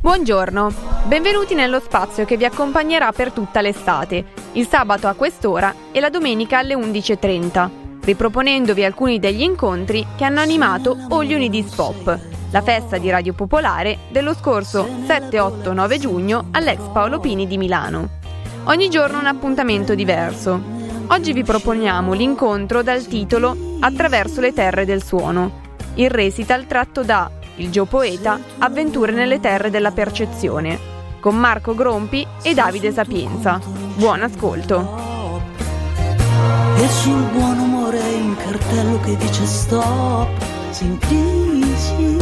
Buongiorno, benvenuti nello spazio che vi accompagnerà per tutta l'estate, il sabato a quest'ora e la domenica alle 11:30, riproponendovi alcuni degli incontri che hanno animato All You Need Is Pop, la festa di Radio Popolare dello scorso 7, 8, 9 giugno all'ex Paolo Pini di Milano. Ogni giorno un appuntamento diverso. Oggi vi proponiamo l'incontro dal titolo Attraverso le terre del suono, il recital tratto da Il Gio Poeta, Avventure nelle terre della percezione, con Marco Grompi e Davide Sapienza. Buon ascolto. E sul buon umore un cartello che dice stop, semplici.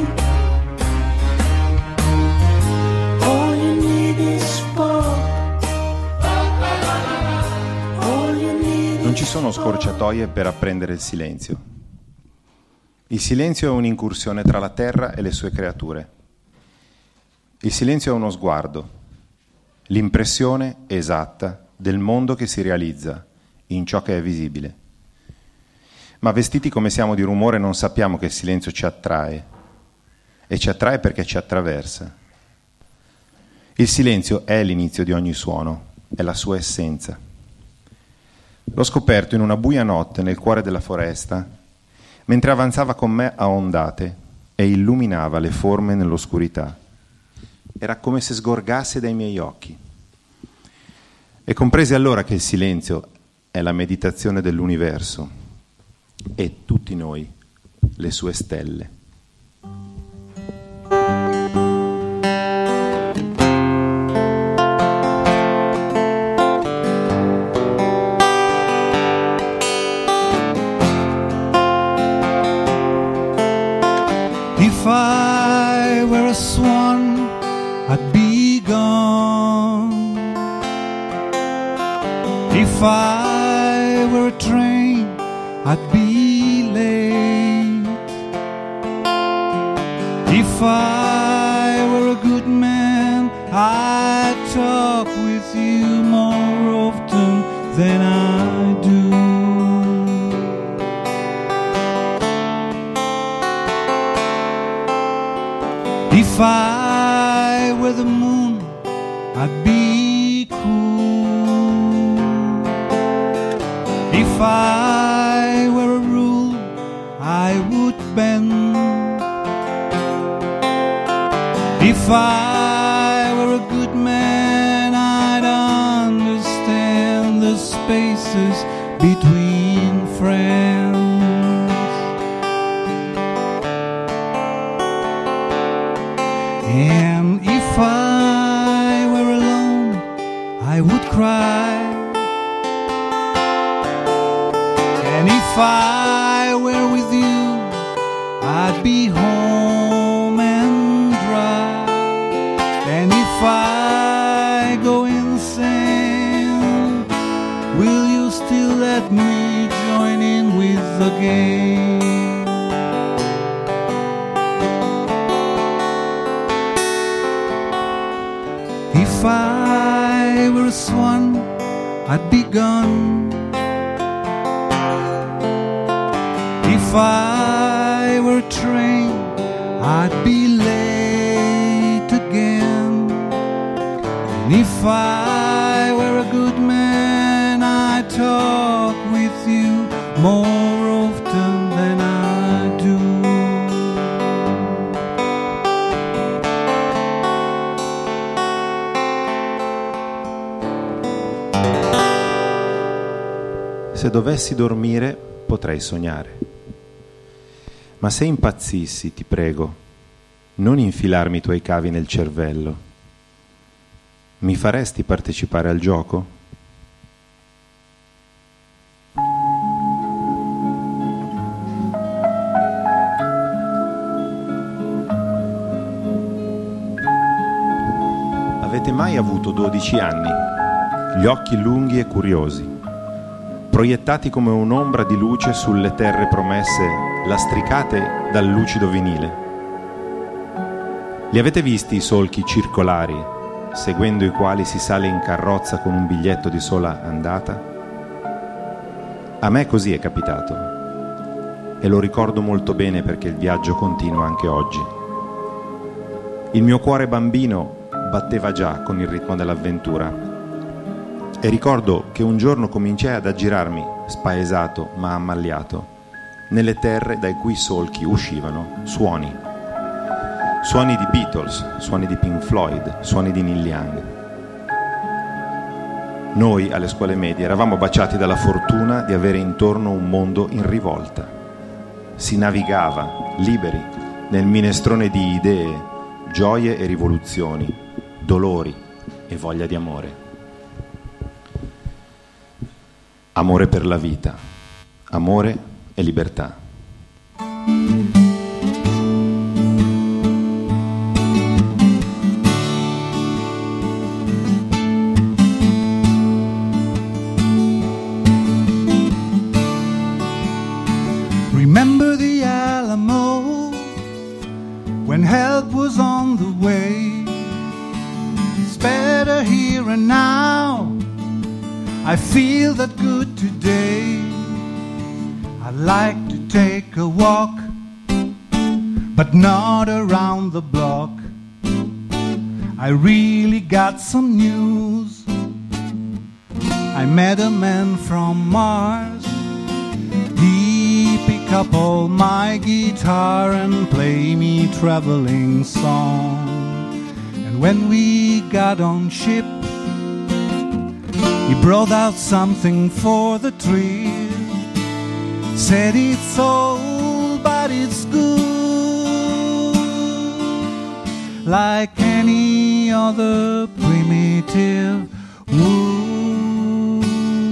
All you need is pop. Non ci sono scorciatoie per apprendere il silenzio. Il silenzio è un'incursione tra la terra e le sue creature. Il silenzio è uno sguardo, l'impressione esatta del mondo che si realizza in ciò che è visibile. Ma vestiti come siamo di rumore non sappiamo che il silenzio ci attrae, e ci attrae perché ci attraversa. Il silenzio è l'inizio di ogni suono, è la sua essenza. L'ho scoperto in una buia notte nel cuore della foresta, mentre avanzava con me a ondate e illuminava le forme nell'oscurità. Era come se sgorgasse dai miei occhi. E compresi allora che il silenzio è la meditazione dell'universo e tutti noi, le sue stelle. If I were a swan, I'd be gone. If I were a train, I'd be late. If I were a good man, I'd talk with you more often than I do. If I were the moon, I'd be cool. If I were a rule, I would bend. If I were a good man, I'd understand the spaces between friends. And if I were alone, I would cry. And if I were with you, I'd be home and dry. And if I go insane, will you still let me join in with the game? If I were a swan, I'd be gone. If I were a train, I'd be late again. And if I were a good man, I'd talk with you more often than I do. Se dovessi dormire, potrei sognare. Ma se impazzissi, ti prego, non infilarmi i tuoi cavi nel cervello. Mi faresti partecipare al gioco? Avete mai avuto 12 anni? Gli occhi lunghi e curiosi, proiettati come un'ombra di luce sulle terre promesse, lastricate dal lucido vinile. Li avete visti i solchi circolari, seguendo i quali si sale in carrozza con un biglietto di sola andata? A me così è capitato, e lo ricordo molto bene perché il viaggio continua anche oggi. Il mio cuore bambino batteva già con il ritmo dell'avventura. E ricordo che un giorno cominciai ad aggirarmi, spaesato ma ammagliato, nelle terre dai cui solchi uscivano suoni. Suoni di Beatles, suoni di Pink Floyd, suoni di Neil Young. Noi, alle scuole medie, eravamo baciati dalla fortuna di avere intorno un mondo in rivolta. Si navigava, liberi, nel minestrone di idee, gioie e rivoluzioni, dolori e voglia di amore. Amore per la vita, amore e libertà. Remember the Alamo when help was on the way. It's better here and now. I feel that good today. I like to take a walk, but not around the block. I really got some news. I met a man from Mars. He picked up all my guitar and play me traveling song. And when we got on ship, he brought out something for the tree. Said it's old but it's good, like any other primitive wood.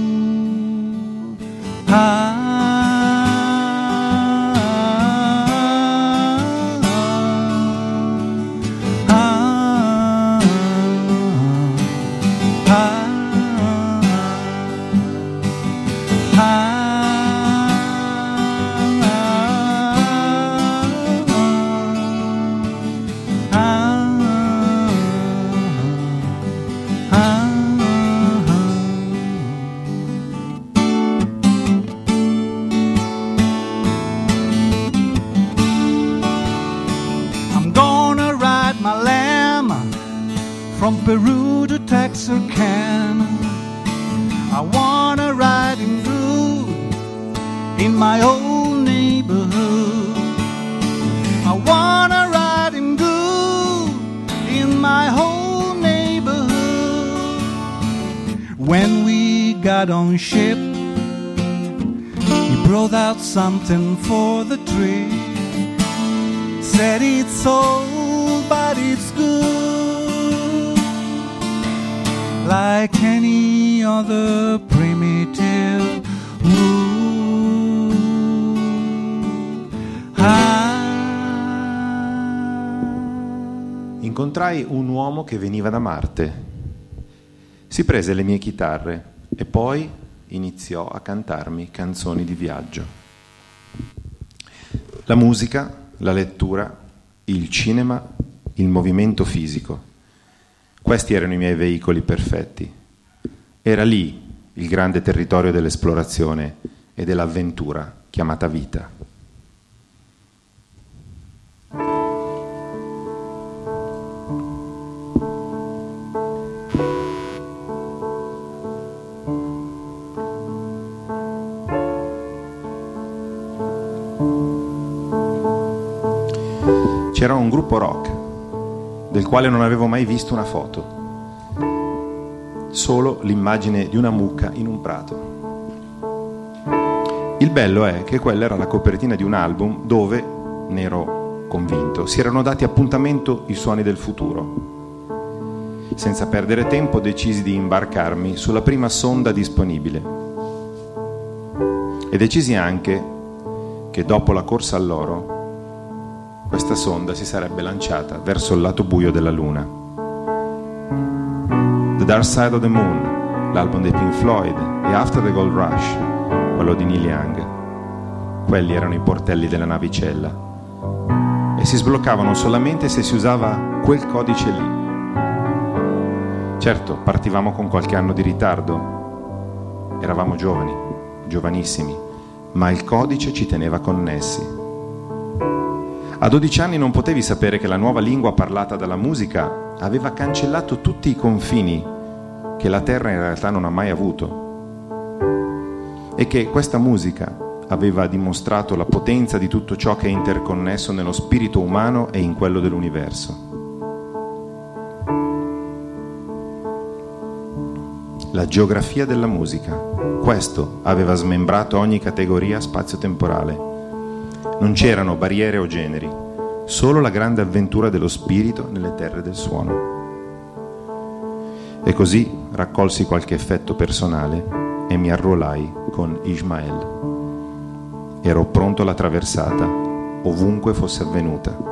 From Peru to Texarkana, I wanna ride in good in my old neighborhood. I wanna ride in good in my whole neighborhood. When we got on ship, he brought out something for the trip. Said it's old but it's good, like any other primitive wood. Incontrai un uomo che veniva da Marte. Si prese le mie chitarre e poi iniziò a cantarmi canzoni di viaggio. La musica, la lettura, il cinema, il movimento fisico. Questi erano i miei veicoli perfetti. Era lì il grande territorio dell'esplorazione e dell'avventura chiamata vita. C'era un gruppo rock del quale non avevo mai visto una foto, solo l'immagine di una mucca in un prato. Il bello è che quella era la copertina di un album dove, ne ero convinto, si erano dati appuntamento i suoni del futuro. Senza perdere tempo decisi di imbarcarmi sulla prima sonda disponibile e decisi anche che dopo la corsa all'oro questa sonda si sarebbe lanciata verso il lato buio della luna. The Dark Side of the Moon, l'album dei Pink Floyd, e After the Gold Rush, quello di Neil Young. Quelli erano i portelli della navicella e si sbloccavano solamente se si usava quel codice lì. Certo, partivamo con qualche anno di ritardo, eravamo giovani, giovanissimi, ma il codice ci teneva connessi. A 12 anni non potevi sapere che la nuova lingua parlata dalla musica aveva cancellato tutti i confini che la terra in realtà non ha mai avuto, e che questa musica aveva dimostrato la potenza di tutto ciò che è interconnesso nello spirito umano e in quello dell'universo. La geografia della musica, questo aveva smembrato ogni categoria spazio-temporale. Non c'erano barriere o generi, solo la grande avventura dello spirito nelle terre del suono. E così raccolsi qualche effetto personale e mi arruolai con Ishmael. Ero pronto alla traversata, ovunque fosse avvenuta.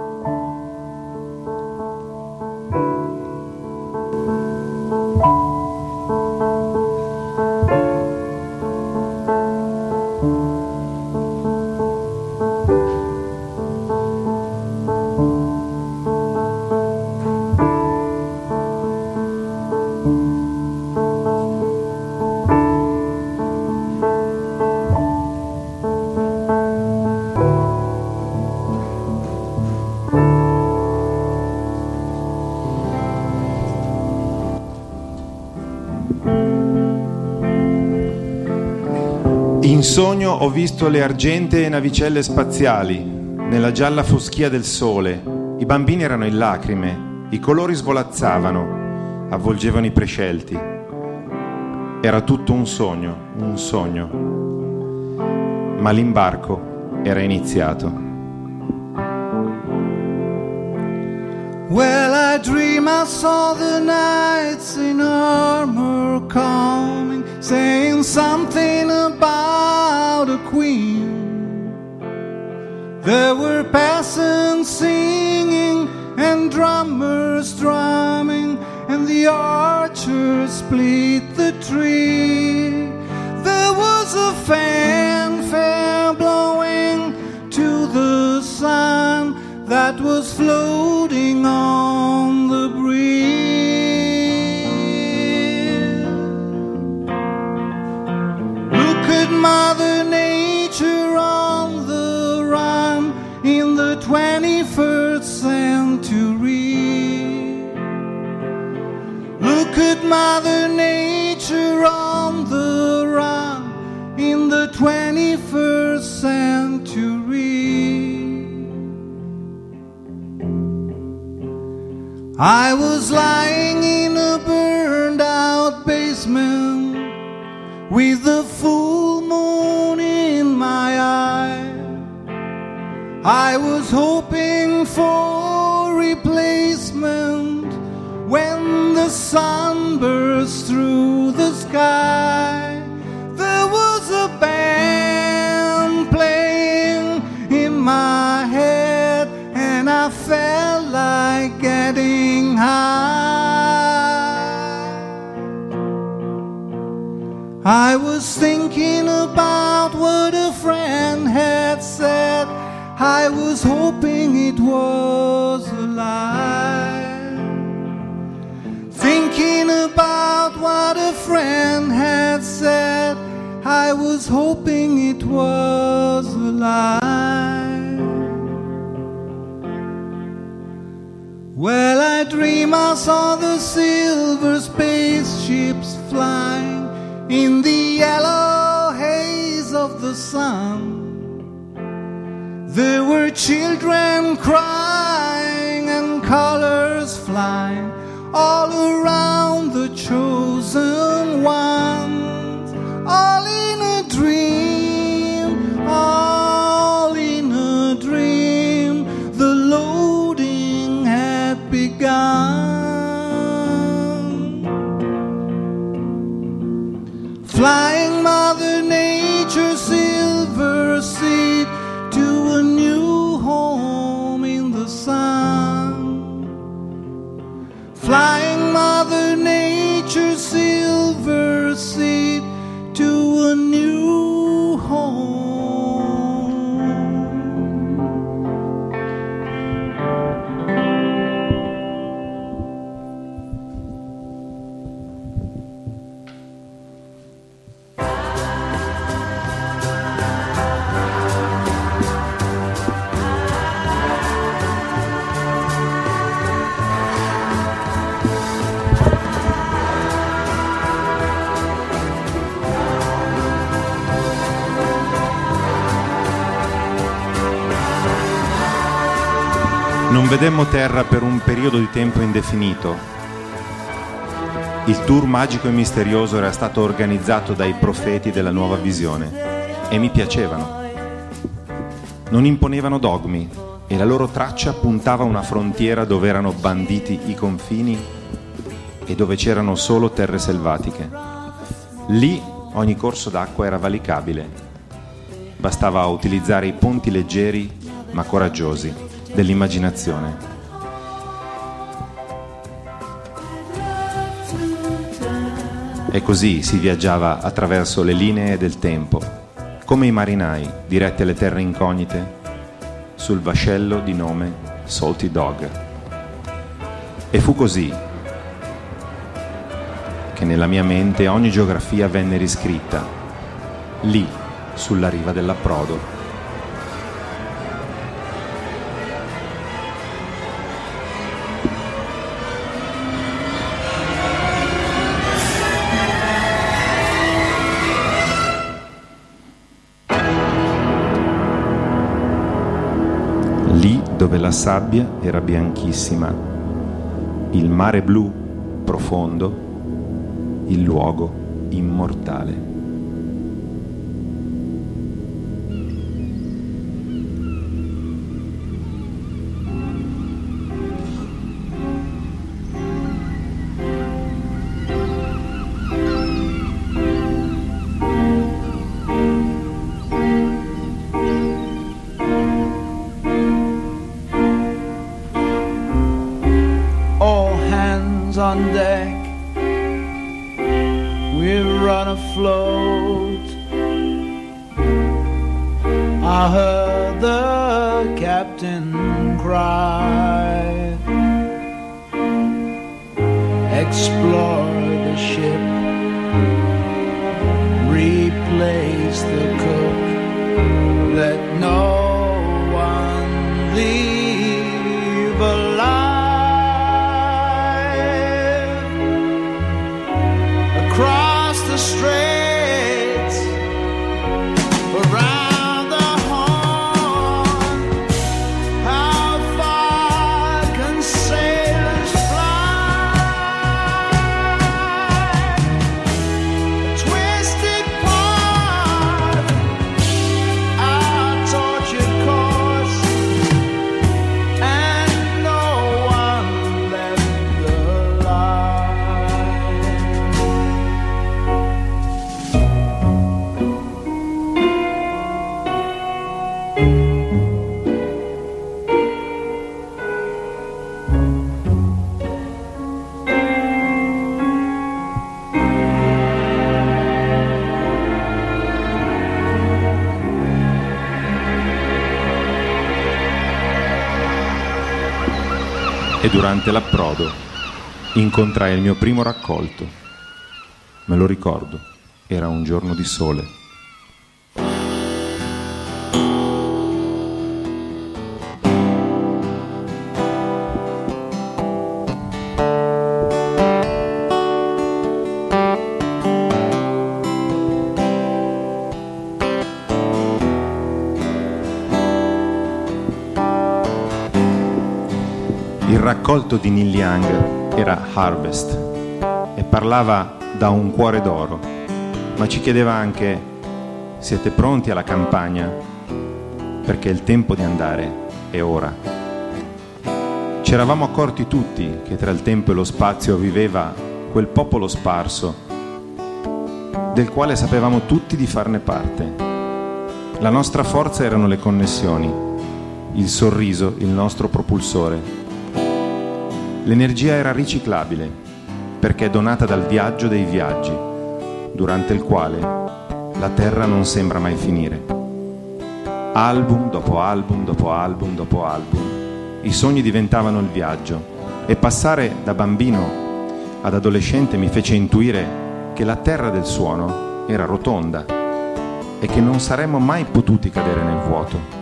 In sogno ho visto le argentee navicelle spaziali, nella gialla foschia del sole. I bambini erano in lacrime, i colori svolazzavano, avvolgevano i prescelti. Era tutto un sogno. Ma l'imbarco era iniziato. Well, I dream I saw the knights in armor coming, saying something about a queen. There were peasants singing and drummers drumming, and the archers split the tree. There was a fanfare blowing to the sun that was floating on the breeze. Look at Mother Nature on the run in the 21st century. Look at Mother Nature on the run in the 21st century. I was lying in a burned out basement with the full moon in my eye. I was hoping for replacement when the sun burst through the sky. There was a band playing in my head and I felt like getting high. I was thinking about what a friend had said. I was hoping it was a lie. Thinking about what a friend had said. I was hoping it was a lie. Well, I dream I saw the silver spaceships flying in the yellow haze of the sun. There were children crying and colors flying all around the chosen ones. All in a dream, all in a dream. The loading had begun. Flying Mother Nature's silver seed to a new home in the sun. Flying Mother Nature's silver seed to a new home. vedemmo terra per un periodo di tempo indefinito. Il tour magico e misterioso era stato organizzato dai profeti della nuova visione e mi piacevano. Non imponevano dogmi e la loro traccia puntava a una frontiera dove erano banditi i confini e dove c'erano solo terre selvatiche. Lì ogni corso d'acqua era valicabile. Bastava utilizzare i ponti leggeri ma coraggiosi dell'immaginazione. E così si viaggiava attraverso le linee del tempo, come i marinai diretti alle terre incognite sul vascello di nome Salty Dog. E fu così che nella mia mente ogni geografia venne riscritta, lì, sulla riva dell'approdo. Lì dove la sabbia era bianchissima, il mare blu profondo, il luogo immortale. On deck, we'll run afloat. I heard the captain cry. Explore the ship, replace the cook, let no one leave alive. Across the straits, around the horn, how far can sailors fly? A twisted part, our tortured course, and no one left alive. E durante l'approdo incontrai il mio primo raccolto. Me lo ricordo, era un giorno di sole. Il raccolto di Neil Young era Harvest e parlava da un cuore d'oro, ma ci chiedeva anche: siete pronti alla campagna? Perché il tempo di andare è ora. Ci eravamo accorti tutti che tra il tempo e lo spazio viveva quel popolo sparso, del quale sapevamo tutti di farne parte. La nostra forza erano le connessioni, il sorriso, il nostro propulsore. L'energia era riciclabile, perché è donata dal viaggio dei viaggi, durante il quale la terra non sembra mai finire. Album dopo album dopo album dopo album, i sogni diventavano il viaggio, e passare da bambino ad adolescente mi fece intuire che la terra del suono era rotonda e che non saremmo mai potuti cadere nel vuoto.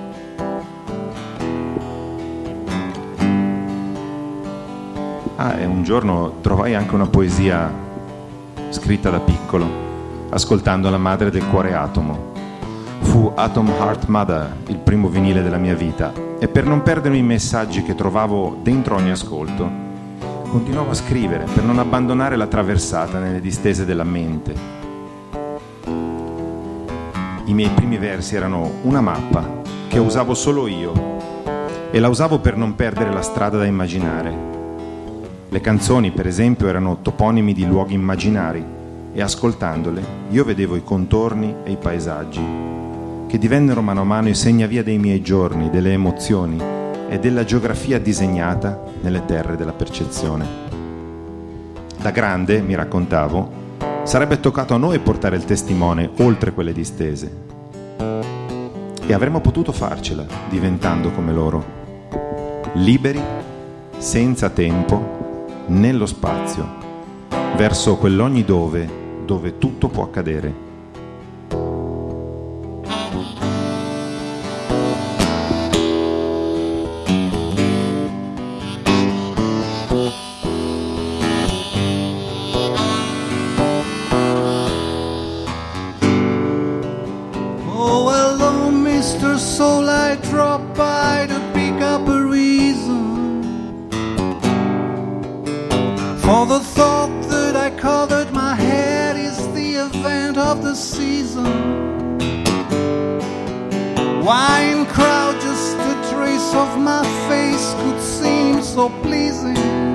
E un giorno trovai anche una poesia scritta da piccolo, ascoltando la madre del cuore Atomo. Fu Atom Heart Mother il primo vinile della mia vita, E per non perdermi i messaggi che trovavo dentro ogni ascolto, continuavo a scrivere per non abbandonare la traversata nelle distese della mente. I miei primi versi erano una mappa che usavo solo io e la usavo per non perdere la strada da immaginare. Le canzoni, per esempio, erano toponimi di luoghi immaginari e ascoltandole io vedevo i contorni e i paesaggi che divennero mano a mano i segnavia dei miei giorni, delle emozioni e della geografia disegnata nelle terre della percezione. Da grande, mi raccontavo, sarebbe toccato a noi portare il testimone oltre quelle distese. E avremmo potuto farcela, diventando come loro, liberi, senza tempo, nello spazio, verso quell'ogni dove tutto può accadere. For the thought that I covered my head is the event of the season. Why in crowd just a trace of my face could seem so pleasing?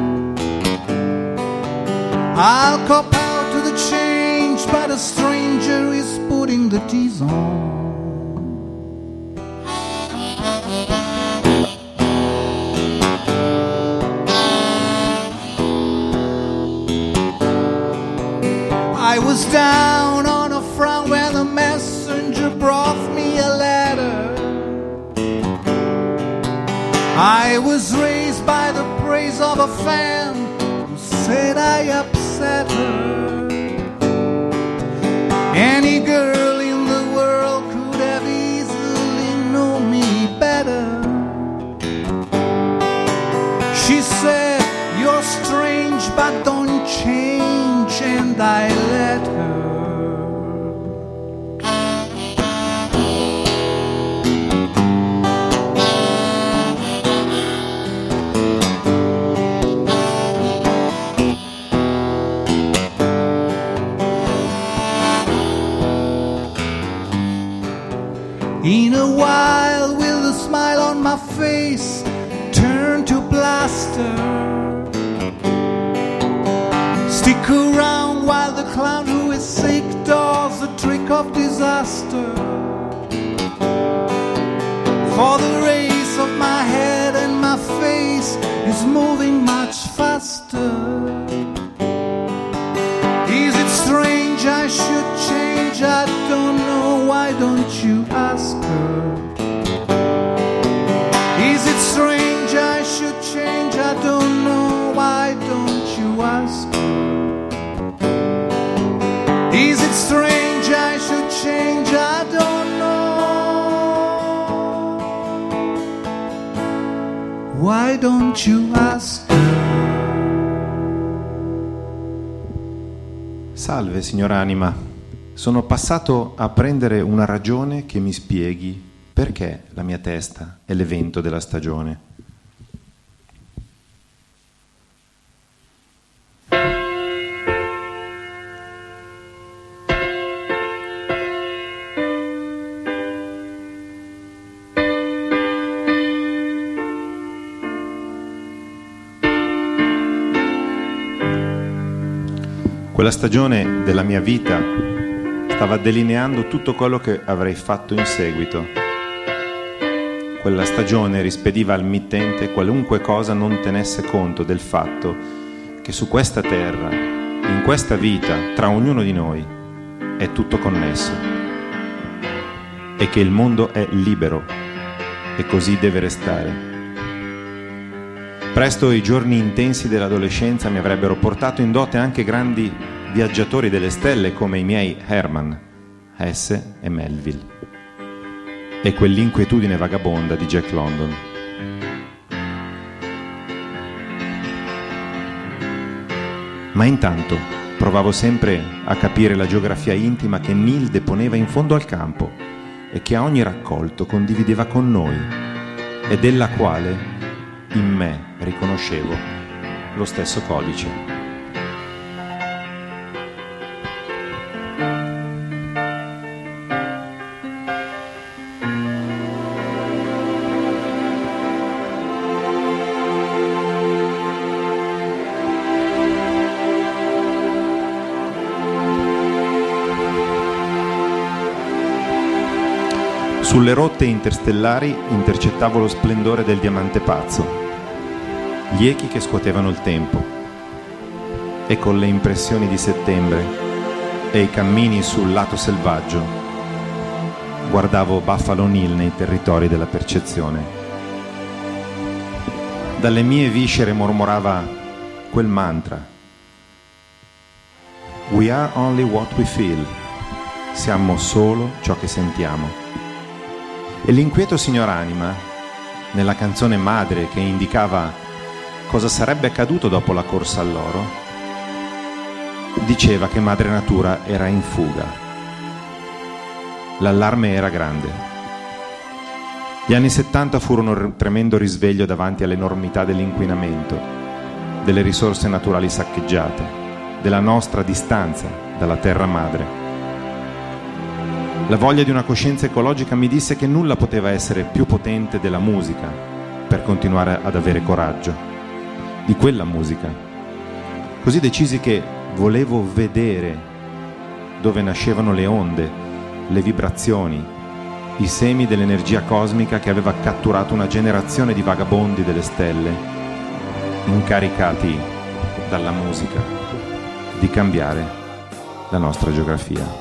I'll cop out to the change, but a stranger is putting the tease on. I was down on a frown when the messenger brought me a letter. I was raised by the praise of a fan who said I upset her. Any girl in the world could have easily known me better. She said, "You're strange, but don't change," and I let her. In a while, will the smile on my face turn to plaster? Stick around while the clown who is sick does the trick of disaster. For the race of my head and my face is moving much faster. Is it strange I should change? I don't know, why don't you ask her? Is it strange I should change? I don't know, why don't you ask her? Is it strange I should change? I don't know, why don't you ask her? Salve, signora Anima. Sono passato a prendere una ragione che mi spieghi perché la mia testa è l'evento della stagione. Quella stagione della mia vita stava delineando tutto quello che avrei fatto in seguito. Quella stagione rispediva al mittente qualunque cosa non tenesse conto del fatto che su questa terra, in questa vita, tra ognuno di noi, è tutto connesso e che il mondo è libero e così deve restare. Presto i giorni intensi dell'adolescenza mi avrebbero portato in dote anche grandi viaggiatori delle stelle come i miei Herman, Hesse e Melville, e quell'inquietudine vagabonda di Jack London. Ma intanto provavo sempre a capire la geografia intima che Neil deponeva in fondo al campo e che a ogni raccolto condivideva con noi, e della quale in me riconoscevo lo stesso codice. Sulle rotte interstellari intercettavo lo splendore del diamante pazzo, gli echi che scuotevano il tempo, e con le impressioni di settembre e i cammini sul lato selvaggio guardavo Buffalo Hill nei territori della percezione. Dalle mie viscere mormorava quel mantra: We are only what we feel. Siamo solo ciò che sentiamo. E l'inquieto signor Anima, nella canzone madre che indicava cosa sarebbe accaduto dopo la corsa all'oro, diceva che madre natura era in fuga. L'allarme era grande. Gli anni 70 furono un tremendo risveglio davanti all'enormità dell'inquinamento, delle risorse naturali saccheggiate, della nostra distanza dalla terra madre. La voglia di una coscienza ecologica mi disse che nulla poteva essere più potente della musica per continuare ad avere coraggio, di quella musica. Così decisi che volevo vedere dove nascevano le onde, le vibrazioni, i semi dell'energia cosmica che aveva catturato una generazione di vagabondi delle stelle, incaricati dalla musica di cambiare la nostra geografia.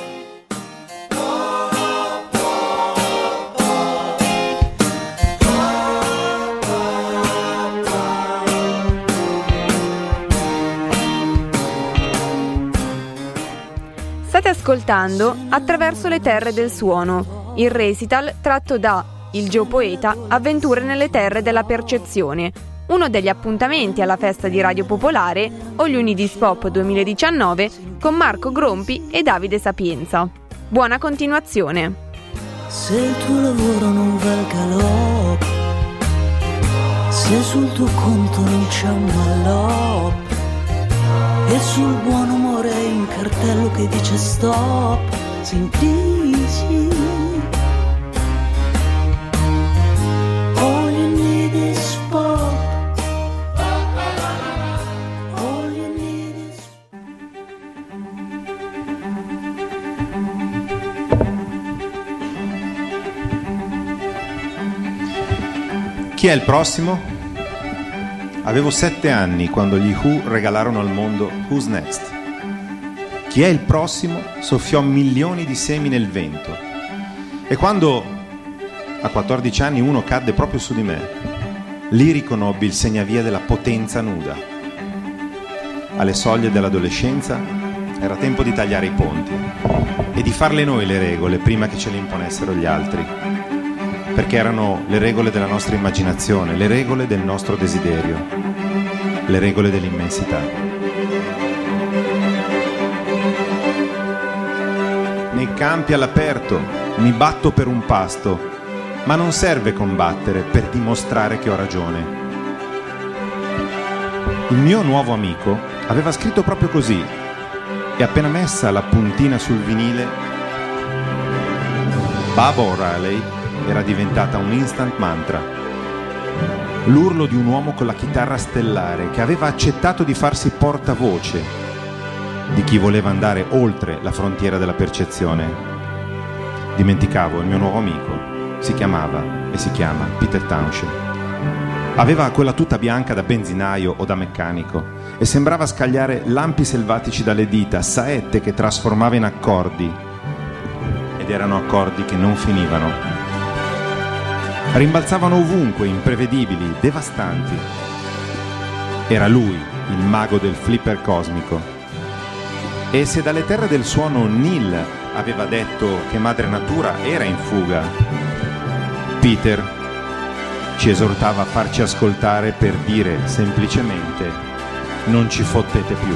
State ascoltando Attraverso le terre del suono, il recital tratto da Il Geopoeta, Avventure nelle terre della percezione, uno degli appuntamenti alla festa di Radio Popolare All You Need Is Pop 2019 con Marco Grompi e Davide Sapienza. Buona continuazione. Se il tuo lavoro non va al galop, se sul tuo conto non c'è un mallop, e sul buon umore in cartello che dice stop, semplici. All you need is pop. All you need is Chi è il prossimo? Avevo 7 anni quando gli Who regalarono al mondo Who's Next. Chi è il prossimo soffiò milioni di semi nel vento. E quando a 14 anni uno cadde proprio su di me, lì riconobbi il segnavia della potenza nuda. Alle soglie dell'adolescenza era tempo di tagliare i ponti e di farle noi le regole prima che ce le imponessero gli altri, perché erano le regole della nostra immaginazione, le regole del nostro desiderio, le regole dell'immensità. Nei campi all'aperto mi batto per un pasto, ma non serve combattere per dimostrare che ho ragione. Il mio nuovo amico aveva scritto proprio così, e appena messa la puntina sul vinile, Baba O'Reilly era diventata un instant mantra. L'urlo di un uomo con la chitarra stellare che aveva accettato di farsi portavoce di chi voleva andare oltre la frontiera della percezione. Dimenticavo il mio nuovo amico. Si chiamava e si chiama Peter Townshend. Aveva quella tuta bianca da benzinaio o da meccanico e sembrava scagliare lampi selvatici dalle dita, saette che trasformava in accordi. Ed erano accordi che non finivano. Rimbalzavano ovunque, imprevedibili, devastanti. Era lui, il mago del flipper cosmico. E se dalle terre del suono Neil aveva detto che madre natura era in fuga, Peter ci esortava a farci ascoltare per dire semplicemente: non ci fottete più.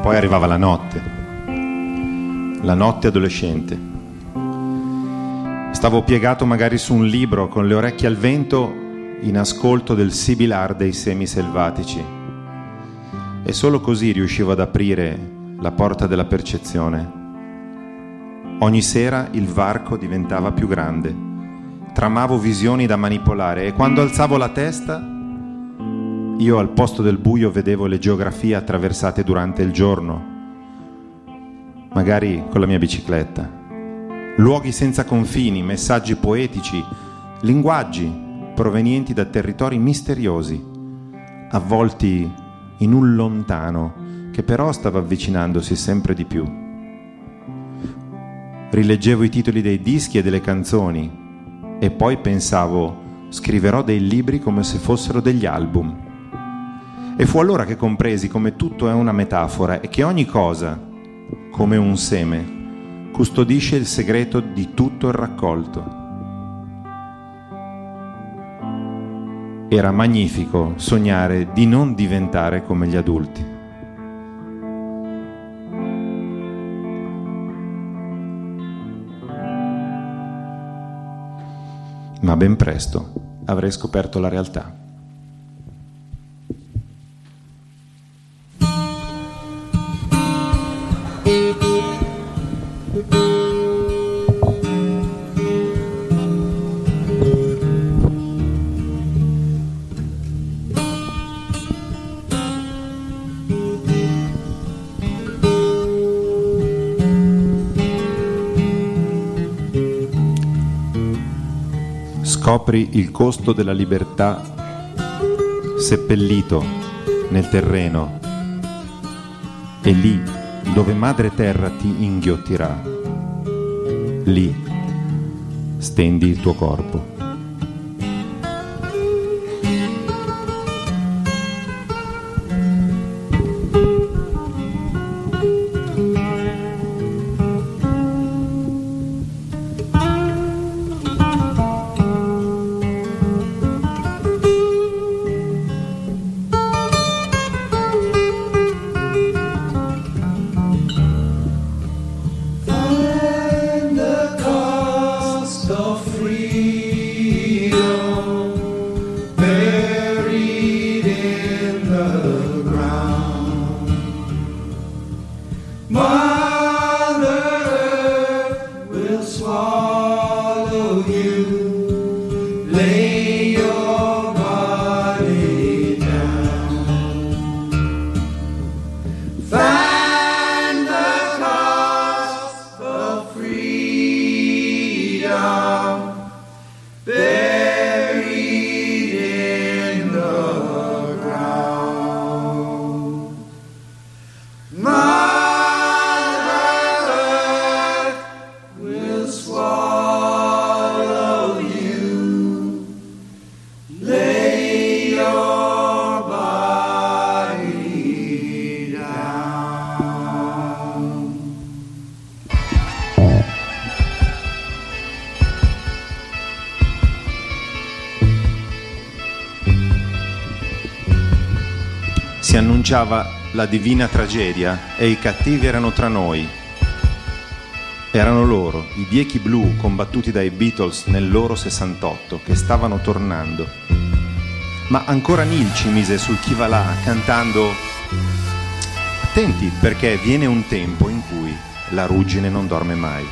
Poi arrivava la notte adolescente. Stavo piegato magari su un libro con le orecchie al vento in ascolto del sibilar dei semi selvatici e solo così riuscivo ad aprire la porta della percezione. Ogni sera il varco diventava più grande, tramavo visioni da manipolare e quando alzavo la testa io al posto del buio vedevo le geografie attraversate durante il giorno, magari con la mia bicicletta. Luoghi senza confini, messaggi poetici, linguaggi provenienti da territori misteriosi, avvolti in un lontano che però stava avvicinandosi sempre di più. Rileggevo i titoli dei dischi e delle canzoni e poi pensavo: scriverò dei libri come se fossero degli album. E fu allora che compresi come tutto è una metafora e che ogni cosa, come un seme, custodisce il segreto di tutto il raccolto. Era magnifico sognare di non diventare come gli adulti. Ma ben presto avrei scoperto la realtà. Scopri il costo della libertà seppellito nel terreno e lì dove madre terra ti inghiottirà, lì stendi il tuo corpo. Si annunciava la divina tragedia e i cattivi erano tra noi. Erano loro, i biechi blu combattuti dai Beatles nel loro 68, che stavano tornando. Ma ancora Neil ci mise sul chi va là cantando: attenti, perché viene un tempo in cui la ruggine non dorme mai.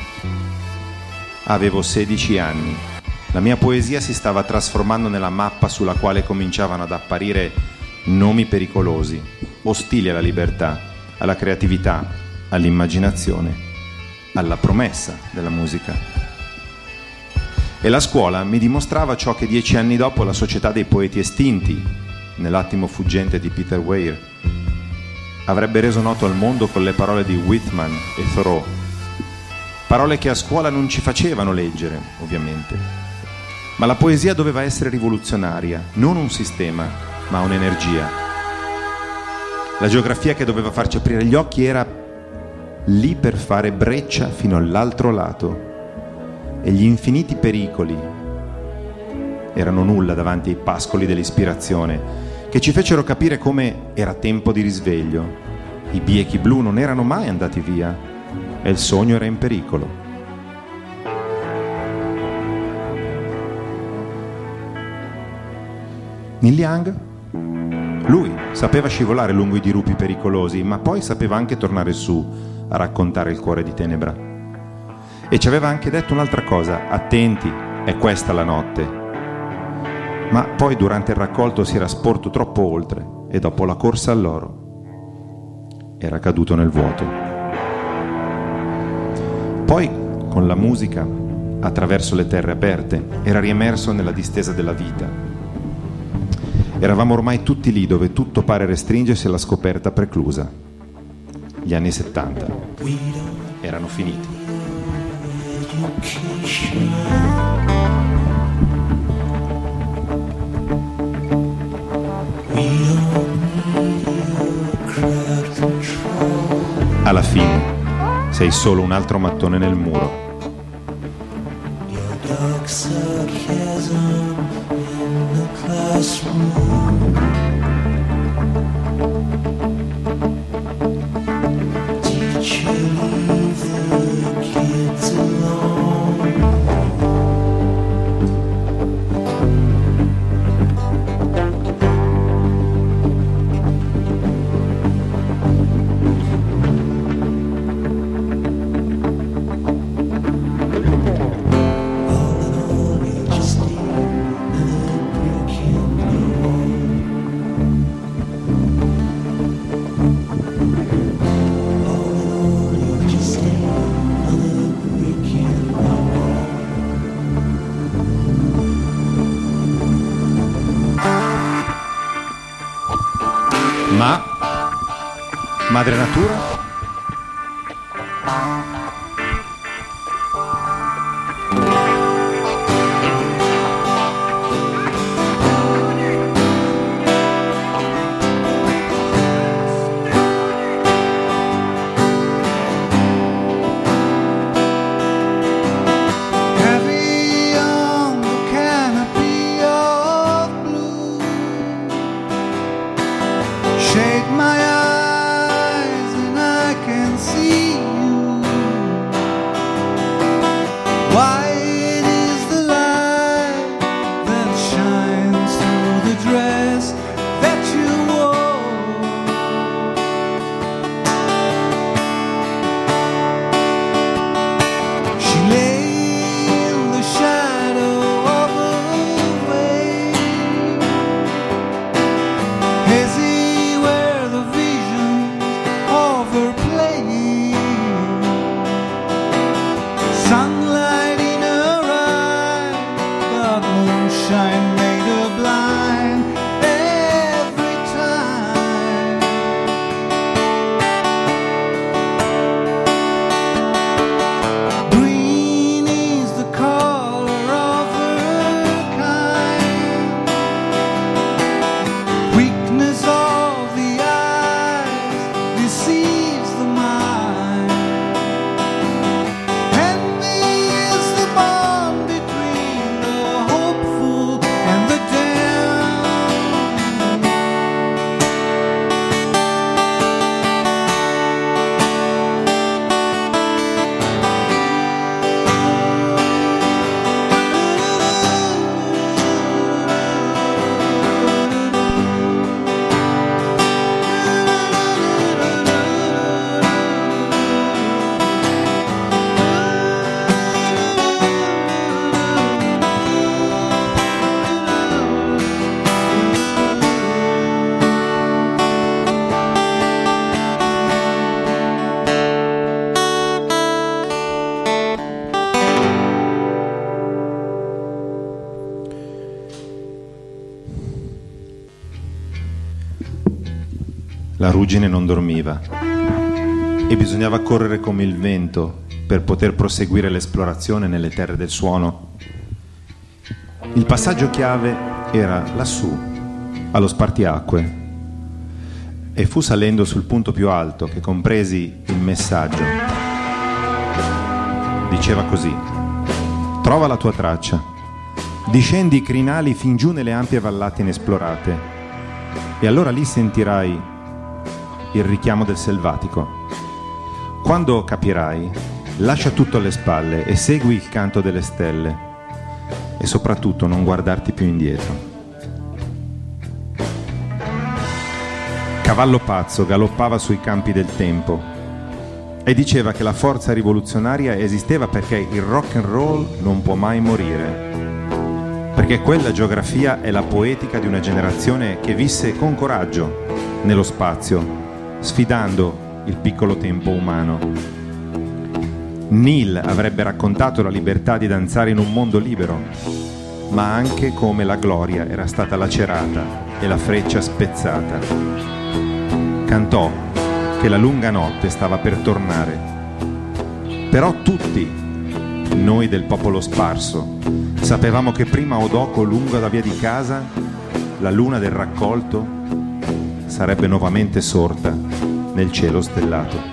Avevo 16 anni. La mia poesia si stava trasformando nella mappa sulla quale cominciavano ad apparire nomi pericolosi, ostili alla libertà, alla creatività, all'immaginazione, alla promessa della musica. E la scuola mi dimostrava ciò che 10 anni dopo la Società dei Poeti Estinti, nell'attimo fuggente di Peter Weir, avrebbe reso noto al mondo con le parole di Whitman e Thoreau. Parole che a scuola non ci facevano leggere, ovviamente. Ma la poesia doveva essere rivoluzionaria, non un sistema, ma un'energia. La geografia che doveva farci aprire gli occhi era lì per fare breccia fino all'altro lato, e gli infiniti pericoli erano nulla davanti ai pascoli dell'ispirazione che ci fecero capire come era tempo di risveglio, I biechi blu non erano mai andati via e il sogno era in pericolo. Neil Young? Lui sapeva scivolare lungo i dirupi pericolosi, ma poi sapeva anche tornare su a raccontare il cuore di tenebra. E ci aveva anche detto un'altra cosa: attenti, è questa la notte. Ma poi durante il raccolto si era sporto troppo oltre e dopo la corsa all'oro era caduto nel vuoto. Poi, con la musica, attraverso le terre aperte, era riemerso nella distesa della vita. Eravamo ormai tutti lì dove tutto pare restringersi alla scoperta preclusa. Gli anni 70 erano finiti. Alla fine sei solo un altro mattone nel muro. Ma Madre Natura? Heavy on the canopy of blue, shade my eyes and I can see you. White is the light that shines through the dress that you wore. She lay in the shadow of a wave, hazy where the visions of her playing. Sunlight in her eyes, but moonshine made her blind every time. Green is the color of her kind, weakness of the eyes deceives the mind. Envy is the bond between the hopeful and the La ruggine non dormiva e bisognava correre come il vento per poter proseguire l'esplorazione nelle terre del suono. Il passaggio chiave era lassù, allo spartiacque, e fu salendo sul punto più alto che compresi il messaggio. Diceva così: trova la tua traccia, discendi i crinali fin giù nelle ampie vallate inesplorate, e allora lì sentirai il richiamo del selvatico. Quando capirai, lascia tutto alle spalle e segui il canto delle stelle e soprattutto non guardarti più indietro. Cavallo Pazzo galoppava sui campi del tempo e diceva che la forza rivoluzionaria esisteva perché il rock and roll non può mai morire, perché quella geografia è la poetica di una generazione che visse con coraggio nello spazio, sfidando il piccolo tempo umano. Neil avrebbe raccontato la libertà di danzare in un mondo libero, ma anche come la gloria era stata lacerata e la freccia spezzata. Cantò che la lunga notte stava per tornare. Però tutti, noi del popolo sparso, sapevamo che prima o dopo, lungo la via di casa, la luna del raccolto sarebbe nuovamente sorta nel cielo stellato.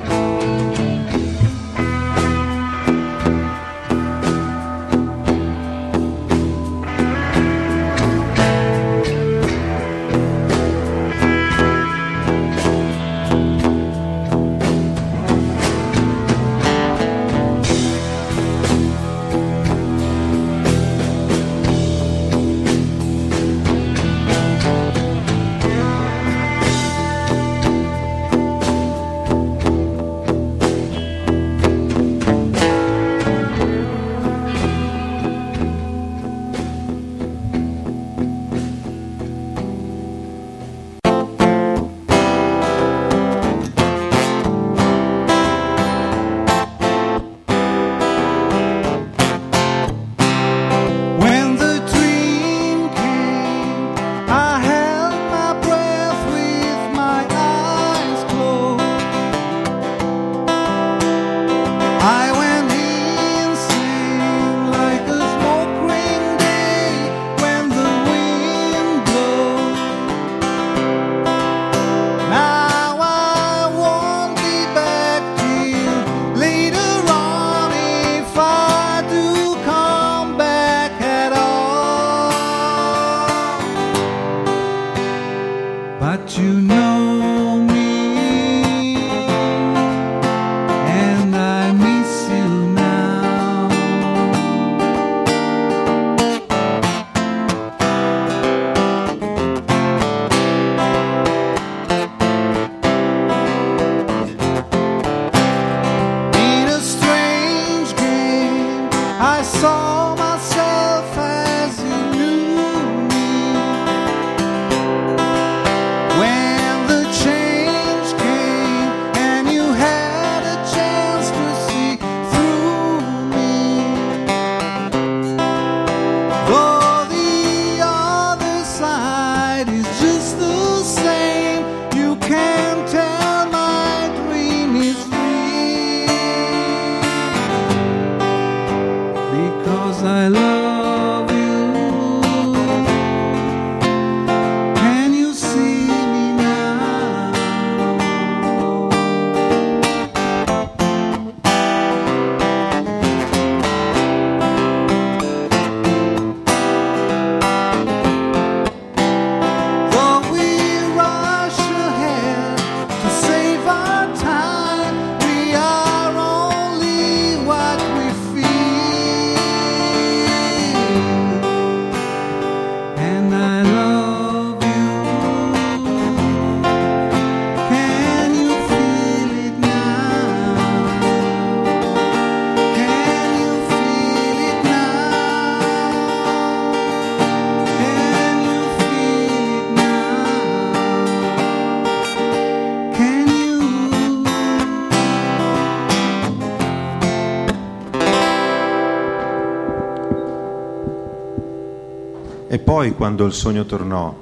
E poi, quando il sogno tornò,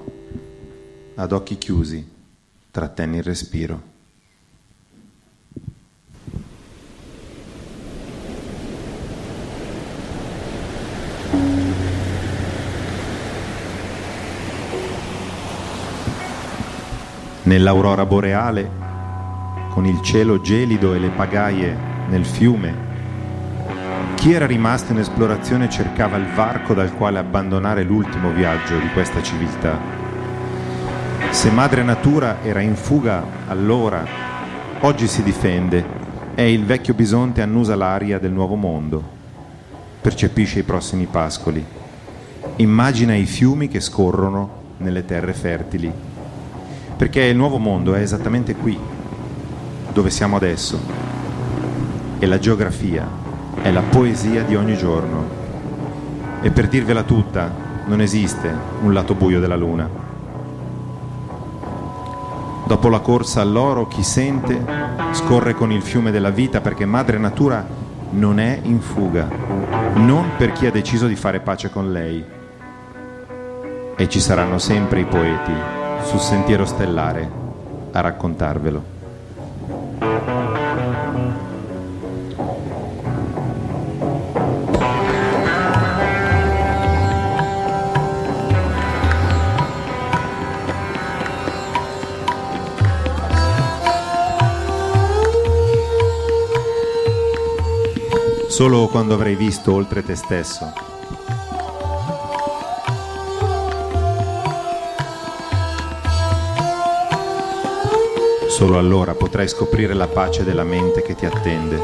ad occhi chiusi, trattenne il respiro. Nell'aurora boreale, con il cielo gelido e le pagaie nel fiume, chi era rimasto in esplorazione cercava il varco dal quale abbandonare l'ultimo viaggio di questa civiltà. Se madre natura era in fuga allora, oggi si difende, è il vecchio bisonte annusa l'aria del nuovo mondo, percepisce i prossimi pascoli, immagina i fiumi che scorrono nelle terre fertili, perché il nuovo mondo è esattamente qui, dove siamo adesso, e la geografia è la poesia di ogni giorno, e per dirvela tutta non esiste un lato buio della luna. Dopo la corsa all'oro, chi sente scorre con il fiume della vita, perché madre natura non è in fuga, non per chi ha deciso di fare pace con lei. E ci saranno sempre i poeti sul sentiero stellare a raccontarvelo. Solo quando avrai visto oltre te stesso, solo allora potrai scoprire la pace della mente che ti attende.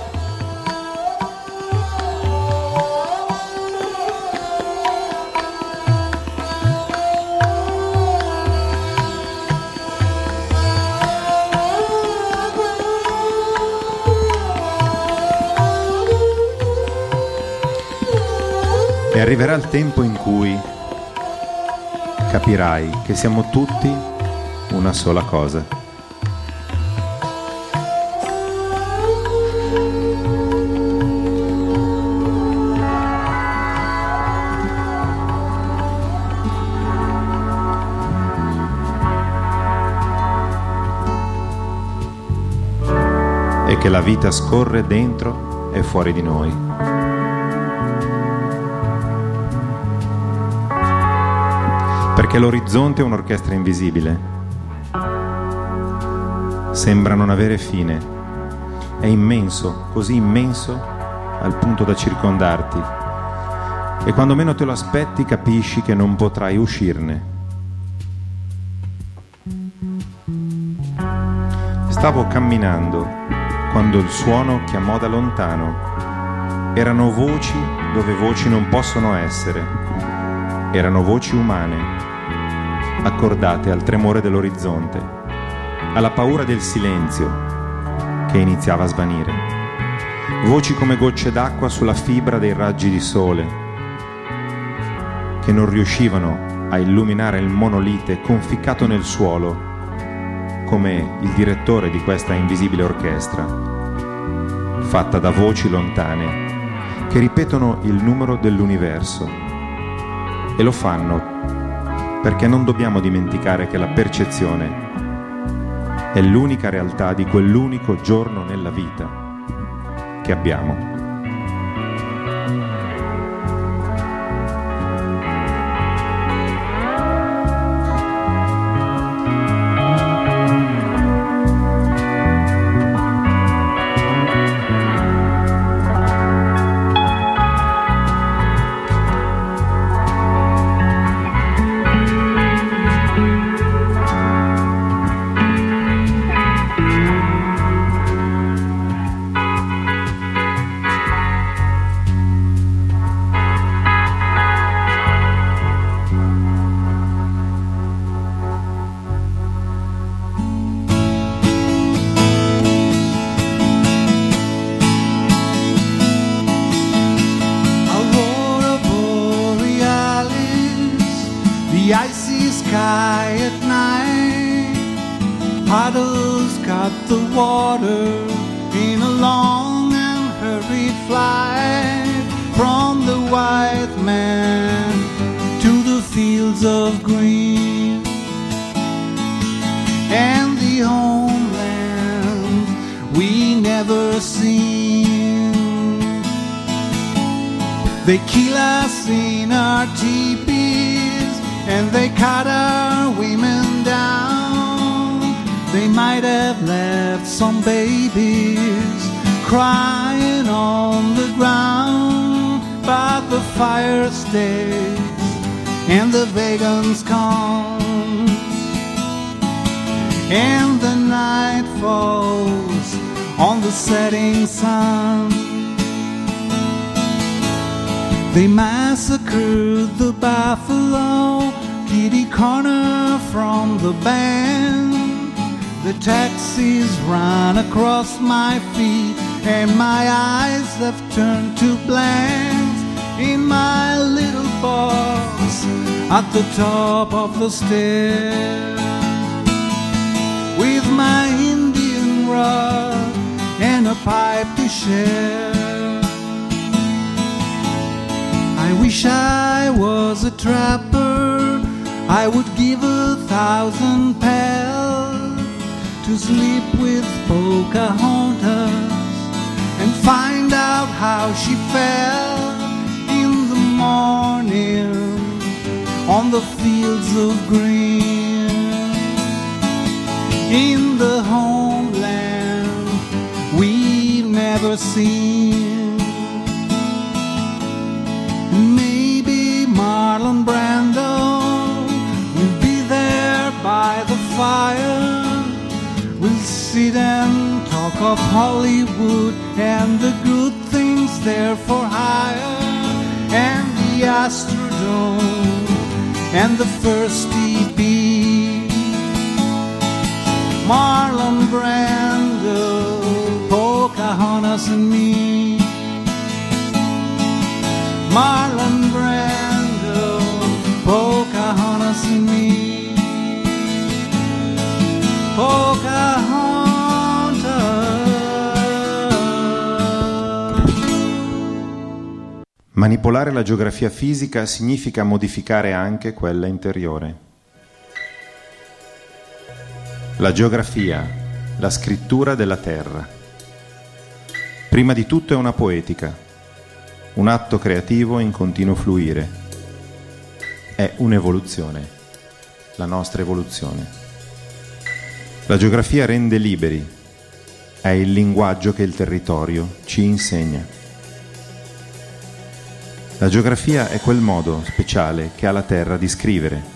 E arriverà il tempo in cui capirai che siamo tutti una sola cosa. E che la vita scorre dentro e fuori di noi. Perché l'orizzonte è un'orchestra invisibile. Sembra non avere fine. È immenso, così immenso al punto da circondarti. E quando meno te lo aspetti capisci che non potrai uscirne. Stavo camminando quando il suono chiamò da lontano. Erano voci dove voci non possono essere. Erano voci umane, accordate al tremore dell'orizzonte, alla paura del silenzio che iniziava a svanire. Voci come gocce d'acqua sulla fibra dei raggi di sole, che non riuscivano a illuminare il monolite conficcato nel suolo, come il direttore di questa invisibile orchestra, fatta da voci lontane che ripetono il numero dell'universo, e lo fanno perché non dobbiamo dimenticare che la percezione è l'unica realtà di quell'unico giorno nella vita che abbiamo. The icy sky at night, paddles cut the water in a long and hurried flight from the white man to the fields of green and the homeland we never seen. They kill us in our teepees and they cut our women down. They might have left some babies crying on the ground, but the fire stays and the vegans come. and the night falls on the setting sun. They massacred the buffalo, kitty corner from the band. The taxis run across my feet and my eyes have turned to blanks. In my little box at the top of the stairs, with my Indian rug and a pipe to share. I wish I was a trapper, I would give 1,000 pelts to sleep with Pocahontas and find out how she felt in the morning on the fields of green, in the homeland we've never seen. Maybe Marlon Brando will be there by the fire. We'll sit and talk of Hollywood and the good things there for hire, and the Astrodome and the first EP. Marlon Brando, Pocahontas and me. Marlon Brando, Pocahontas and me. Pocahontas. Manipolare la geografia fisica significa modificare anche quella interiore. La geografia, la scrittura della terra. Prima di tutto è una poetica, un atto creativo in continuo fluire. È un'evoluzione, la nostra evoluzione. La geografia rende liberi, è il linguaggio che il territorio ci insegna. La geografia è quel modo speciale che ha la terra di scrivere.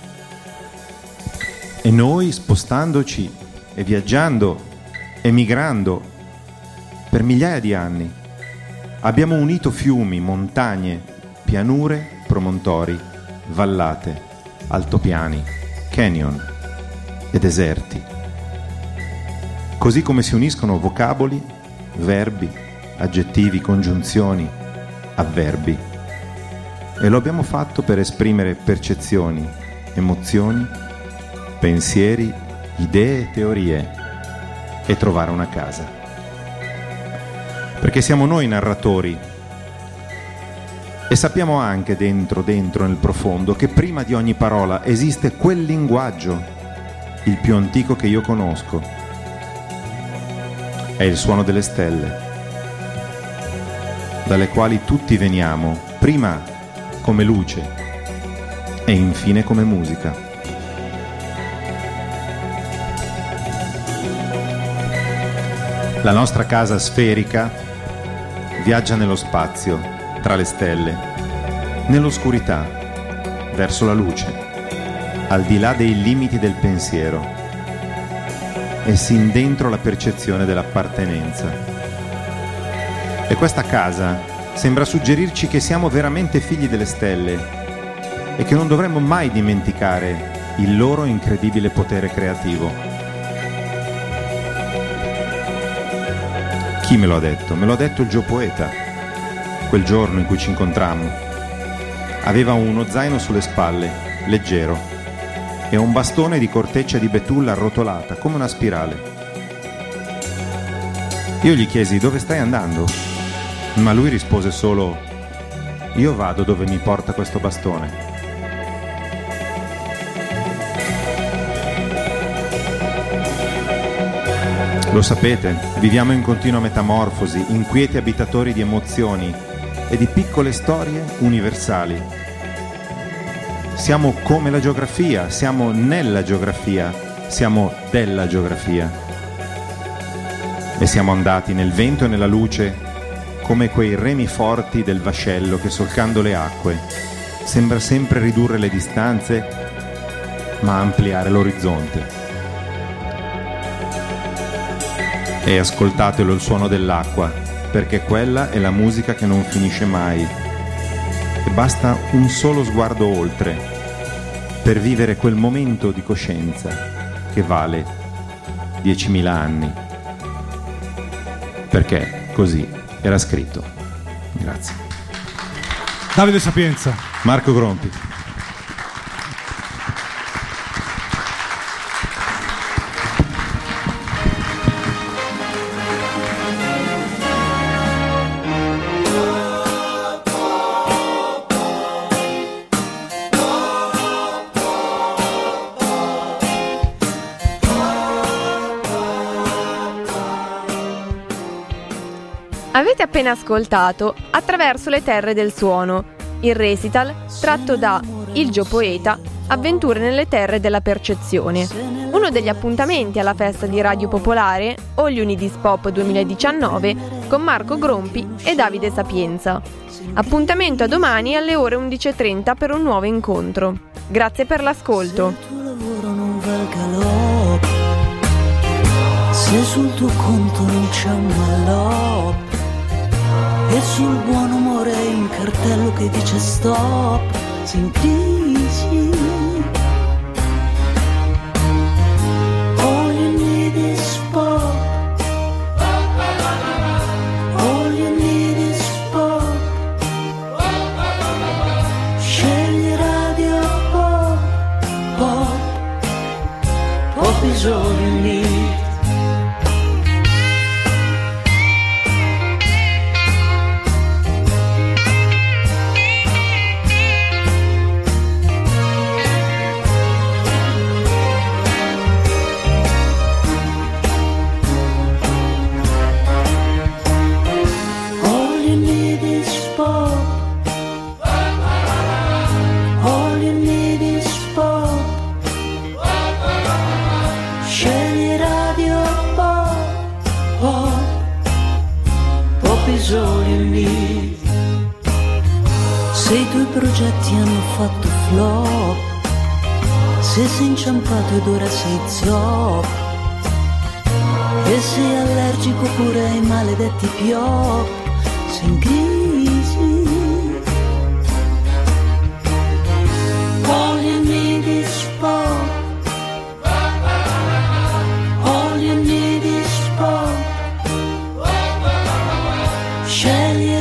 E noi, spostandoci e viaggiando e migrando per migliaia di anni, abbiamo unito fiumi, montagne, pianure, promontori, vallate, altopiani, canyon e deserti. Così come si uniscono vocaboli, verbi, aggettivi, congiunzioni, avverbi. E lo abbiamo fatto per esprimere percezioni, emozioni, pensieri, idee, teorie e trovare una casa. Perché siamo noi narratori e sappiamo anche dentro nel profondo che prima di ogni parola esiste quel linguaggio, il più antico che io conosco. È il suono delle stelle, dalle quali tutti veniamo, prima come luce e infine come musica. La nostra casa sferica viaggia nello spazio, tra le stelle, nell'oscurità, verso la luce, al di là dei limiti del pensiero e sin dentro la percezione dell'appartenenza. E questa casa sembra suggerirci che siamo veramente figli delle stelle e che non dovremmo mai dimenticare il loro incredibile potere creativo. Chi me lo ha detto? Me lo ha detto il geopoeta, quel giorno in cui ci incontrammo. Aveva uno zaino sulle spalle, leggero, e un bastone di corteccia di betulla arrotolata, come una spirale. Io gli chiesi: dove stai andando? Ma lui rispose solo: io vado dove mi porta questo bastone. Lo sapete, viviamo in continua metamorfosi, inquieti abitatori di emozioni e di piccole storie universali. Siamo come la geografia, siamo nella geografia, siamo della geografia. E siamo andati nel vento e nella luce come quei remi forti del vascello che, solcando le acque, sembra sempre ridurre le distanze ma ampliare l'orizzonte. E ascoltatelo il suono dell'acqua, perché quella è la musica che non finisce mai. E basta un solo sguardo oltre per vivere quel momento di coscienza che vale 10.000 anni. Perché così era scritto. Grazie. Davide Sapienza. Marco Grompi. Avete appena ascoltato Attraverso le terre del suono, il recital tratto da Il Gio Poeta, Avventure nelle terre della percezione, uno degli appuntamenti alla festa di Radio Popolare All You Need Is Pop 2019 con Marco Grompi e Davide Sapienza. Appuntamento a domani alle ore 11.30 per un nuovo incontro. Grazie per l'ascolto. Se il tuo lavoro non valga l'op, se sul tuo conto non c'è un mallop, e sul buon umore un cartello che dice stop, sei in crisi. All you need is pop, all you need is pop, scegli radio pop, pop, pop is all you need. Se i tuoi progetti hanno fatto flop, se sei inciampato ed ora sei zop, e sei allergico pure ai maledetti piop, sei in crisi. All you need is pop, all you need is pop, scegli